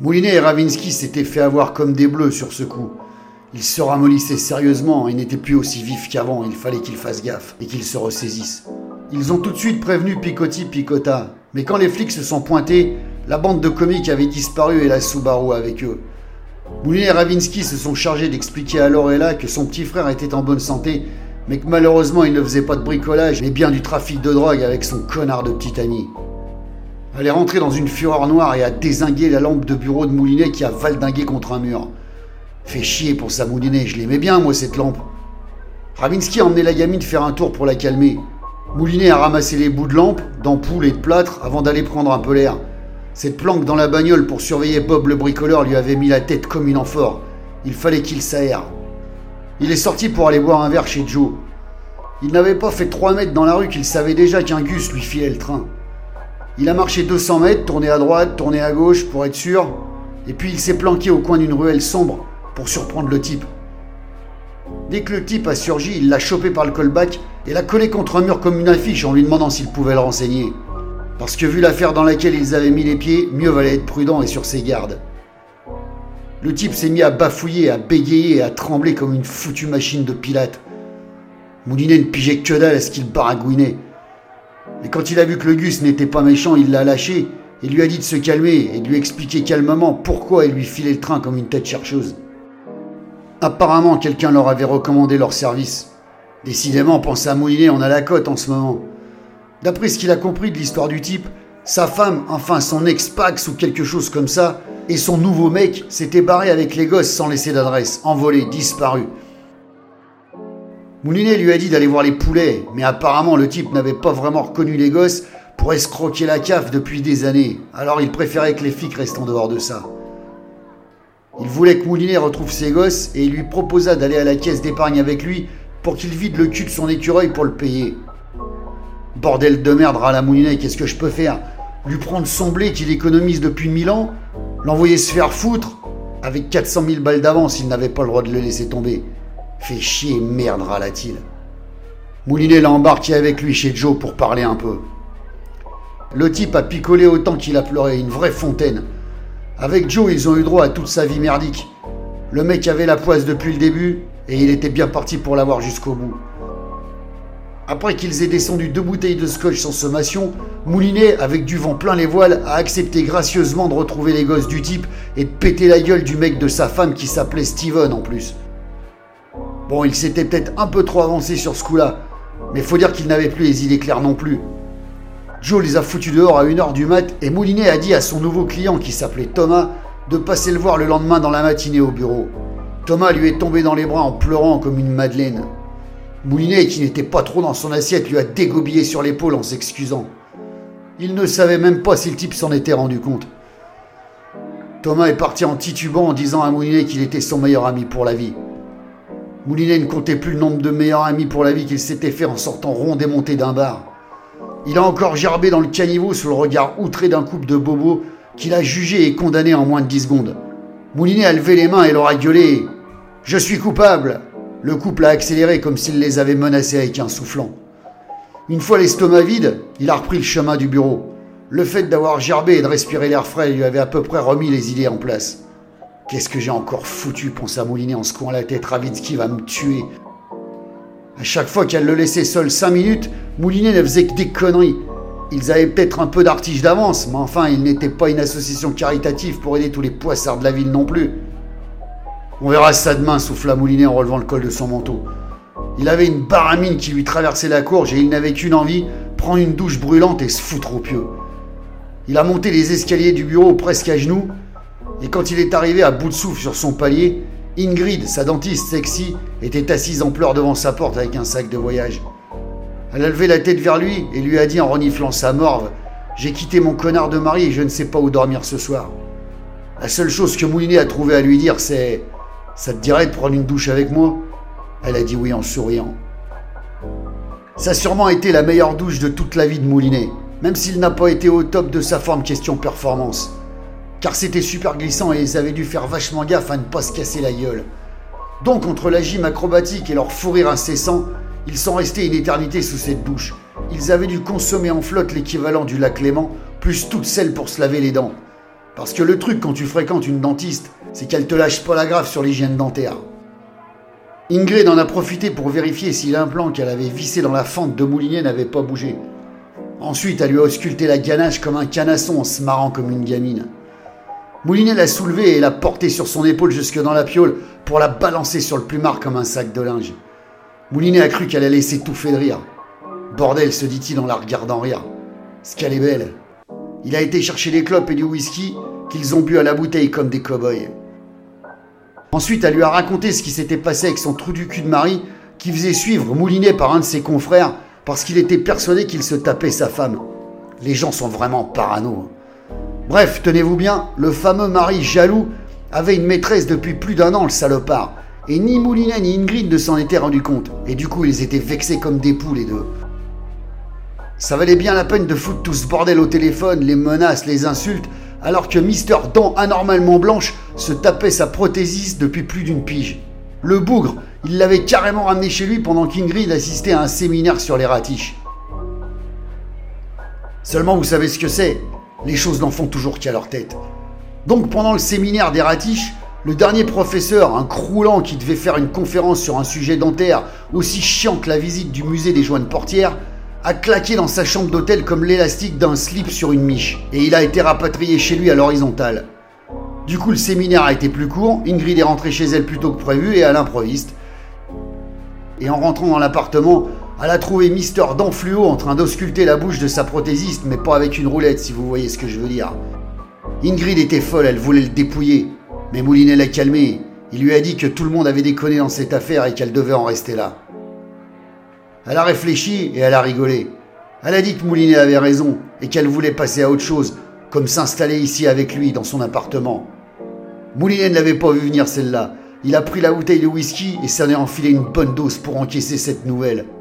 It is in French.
Moulinet et Ravinsky s'étaient fait avoir comme des bleus sur ce coup. Ils se ramollissaient sérieusement et n'étaient plus aussi vifs qu'avant. Il fallait qu'ils fassent gaffe et qu'ils se ressaisissent. Ils ont tout de suite prévenu Picotti Picota. Mais quand les flics se sont pointés, la bande de comiques avait disparu et la Subaru avec eux. Moulinet et Ravinsky se sont chargés d'expliquer à Laurella que son petit frère était en bonne santé, mais que malheureusement il ne faisait pas de bricolage, mais bien du trafic de drogue avec son connard de petit ami. Elle est rentrée dans une fureur noire et a dézingué la lampe de bureau de Moulinet qui a valdingué contre un mur. Fait chier pour sa Moulinet, je l'aimais bien moi cette lampe. Ravinsky a emmené la gamine faire un tour pour la calmer. Moulinet a ramassé les bouts de lampe, d'ampoules et de plâtre avant d'aller prendre un peu l'air. Cette planque dans la bagnole pour surveiller Bob le bricoleur lui avait mis la tête comme une amphore. Il fallait qu'il s'aère. Il est sorti pour aller boire un verre chez Joe. Il n'avait pas fait 3 mètres dans la rue qu'il savait déjà qu'un Gus lui filait le train. Il a marché 200 mètres, tourné à droite, tourné à gauche pour être sûr, et puis il s'est planqué au coin d'une ruelle sombre pour surprendre le type. Dès que le type a surgi, il l'a chopé par le callback et l'a collé contre un mur comme une affiche en lui demandant s'il pouvait le renseigner. Parce que vu l'affaire dans laquelle ils avaient mis les pieds, mieux valait être prudent et sur ses gardes. Le type s'est mis à bafouiller, à bégayer et à trembler comme une foutue machine de Pilate. Moulinet ne pigeait que dalle à ce qu'il baragouinait. Mais quand il a vu que le Gus n'était pas méchant, il l'a lâché et lui a dit de se calmer et de lui expliquer calmement pourquoi il lui filait le train comme une tête chercheuse. Apparemment, quelqu'un leur avait recommandé leur service. Décidément, pense à Moulinet, on a la cote en ce moment. D'après ce qu'il a compris de l'histoire du type, sa femme, enfin son ex-pax ou quelque chose comme ça, et son nouveau mec s'étaient barrés avec les gosses sans laisser d'adresse, envolés, disparus. Moulinet lui a dit d'aller voir les poulets, mais apparemment le type n'avait pas vraiment reconnu les gosses pour escroquer la CAF depuis des années, alors il préférait que les flics restent en dehors de ça. Il voulait que Moulinet retrouve ses gosses et il lui proposa d'aller à la caisse d'épargne avec lui pour qu'il vide le cul de son écureuil pour le payer. Bordel de merde, râla Moulinet, qu'est-ce que je peux faire? Lui prendre son blé qu'il économise depuis 1000 ans? L'envoyer se faire foutre? Avec 400 000 balles d'avance, il n'avait pas le droit de le laisser tomber. Fait chier, merde, râla-t-il. Moulinet l'a embarqué avec lui chez Joe pour parler un peu. Le type a picolé autant qu'il a pleuré, une vraie fontaine. Avec Joe, ils ont eu droit à toute sa vie merdique. Le mec avait la poisse depuis le début et il était bien parti pour l'avoir jusqu'au bout. Après qu'ils aient descendu 2 bouteilles de scotch sans sommation, Moulinet, avec du vent plein les voiles, a accepté gracieusement de retrouver les gosses du type et de péter la gueule du mec de sa femme qui s'appelait Steven en plus. Bon, il s'était peut-être un peu trop avancé sur ce coup-là, mais faut dire qu'il n'avait plus les idées claires non plus. Joe les a foutus dehors à 1h du mat et Moulinet a dit à son nouveau client qui s'appelait Thomas de passer le voir le lendemain dans la matinée au bureau. Thomas lui est tombé dans les bras en pleurant comme une madeleine. Moulinet, qui n'était pas trop dans son assiette, lui a dégobillé sur l'épaule en s'excusant. Il ne savait même pas si le type s'en était rendu compte. Thomas est parti en titubant en disant à Moulinet qu'il était son meilleur ami pour la vie. Moulinet ne comptait plus le nombre de meilleurs amis pour la vie qu'il s'était fait en sortant rond démonté d'un bar. Il a encore gerbé dans le caniveau sous le regard outré d'un couple de bobos qu'il a jugé et condamné en moins de 10 secondes. Moulinet a levé les mains et leur a gueulé « Je suis coupable !» Le couple a accéléré comme s'il les avait menacés avec un soufflant. Une fois l'estomac vide, il a repris le chemin du bureau. Le fait d'avoir gerbé et de respirer l'air frais lui avait à peu près remis les idées en place. « Qu'est-ce que j'ai encore foutu ?» pensa Moulinet en secouant la tête. « Ravinsky va me tuer !» À chaque fois qu'elle le laissait seul 5 minutes, Moulinet ne faisait que des conneries. Ils avaient peut-être un peu d'artige d'avance, mais enfin, ils n'étaient pas une association caritative pour aider tous les poissards de la ville non plus. On verra ça demain, souffla Moulinet en relevant le col de son manteau. Il avait une baramine qui lui traversait la courge et il n'avait qu'une envie, prendre une douche brûlante et se foutre au pieu. Il a monté les escaliers du bureau presque à genoux, et quand il est arrivé à bout de souffle sur son palier, Ingrid, sa dentiste sexy, était assise en pleurs devant sa porte avec un sac de voyage. Elle a levé la tête vers lui et lui a dit en reniflant sa morve « J'ai quitté mon connard de mari et je ne sais pas où dormir ce soir. » La seule chose que Moulinet a trouvé à lui dire, c'est « Ça te dirait de prendre une douche avec moi ?» Elle a dit oui en souriant. Ça a sûrement été la meilleure douche de toute la vie de Moulinet, même s'il n'a pas été au top de sa forme question performance. Car c'était super glissant et ils avaient dû faire vachement gaffe à ne pas se casser la gueule. Donc entre la gym acrobatique et leur fou rire incessant, ils sont restés une éternité sous cette douche. Ils avaient dû consommer en flotte l'équivalent du lac Léman, plus toute celle pour se laver les dents. Parce que le truc quand tu fréquentes une dentiste, c'est qu'elle te lâche pas la graffe sur l'hygiène dentaire. Ingrid en a profité pour vérifier si l'implant qu'elle avait vissé dans la fente de Moulinet n'avait pas bougé. Ensuite, elle lui a ausculté la ganache comme un canasson en se marrant comme une gamine. Moulinet l'a soulevée et l'a portée sur son épaule jusque dans la piaule pour la balancer sur le plumard comme un sac de linge. Moulinet a cru qu'elle allait s'étouffer de rire. Bordel, se dit-il en la regardant rire. Ce qu'elle est belle. Il a été chercher des clopes et du whisky qu'ils ont bu à la bouteille comme des cow-boys. Ensuite, elle lui a raconté ce qui s'était passé avec son trou du cul de mari qui faisait suivre Moulinet par un de ses confrères parce qu'il était persuadé qu'il se tapait sa femme. Les gens sont vraiment parano. Bref, tenez-vous bien, le fameux mari jaloux avait une maîtresse depuis plus d'1 an, le salopard. Et ni Moulinet ni Ingrid ne s'en étaient rendus compte. Et du coup, ils étaient vexés comme des poules, les deux. Ça valait bien la peine de foutre tout ce bordel au téléphone, les menaces, les insultes, alors que Mister Dent anormalement blanche se tapait sa prothésiste depuis plus d'1 pige. Le bougre, il l'avait carrément ramené chez lui pendant qu'Ingrid assistait à un séminaire sur les ratiches. Seulement, vous savez ce que c'est? Les choses n'en font toujours qu'à leur tête. Donc pendant le séminaire des ratiches, le dernier professeur, un croulant qui devait faire une conférence sur un sujet dentaire aussi chiant que la visite du musée des jointes portières, a claqué dans sa chambre d'hôtel comme l'élastique d'un slip sur une miche, et il a été rapatrié chez lui à l'horizontale. Du coup, le séminaire a été plus court, Ingrid est rentrée chez elle plus tôt que prévu et à l'improviste. Et en rentrant dans l'appartement, elle a trouvé Mister Dent Fluo en train d'ausculter la bouche de sa prothésiste, mais pas avec une roulette, si vous voyez ce que je veux dire. Ingrid était folle, elle voulait le dépouiller. Mais Moulinet l'a calmée. Il lui a dit que tout le monde avait déconné dans cette affaire et qu'elle devait en rester là. Elle a réfléchi et elle a rigolé. Elle a dit que Moulinet avait raison et qu'elle voulait passer à autre chose, comme s'installer ici avec lui dans son appartement. Moulinet ne l'avait pas vu venir celle-là. Il a pris la bouteille de whisky et s'en est enfilé une bonne dose pour encaisser cette nouvelle.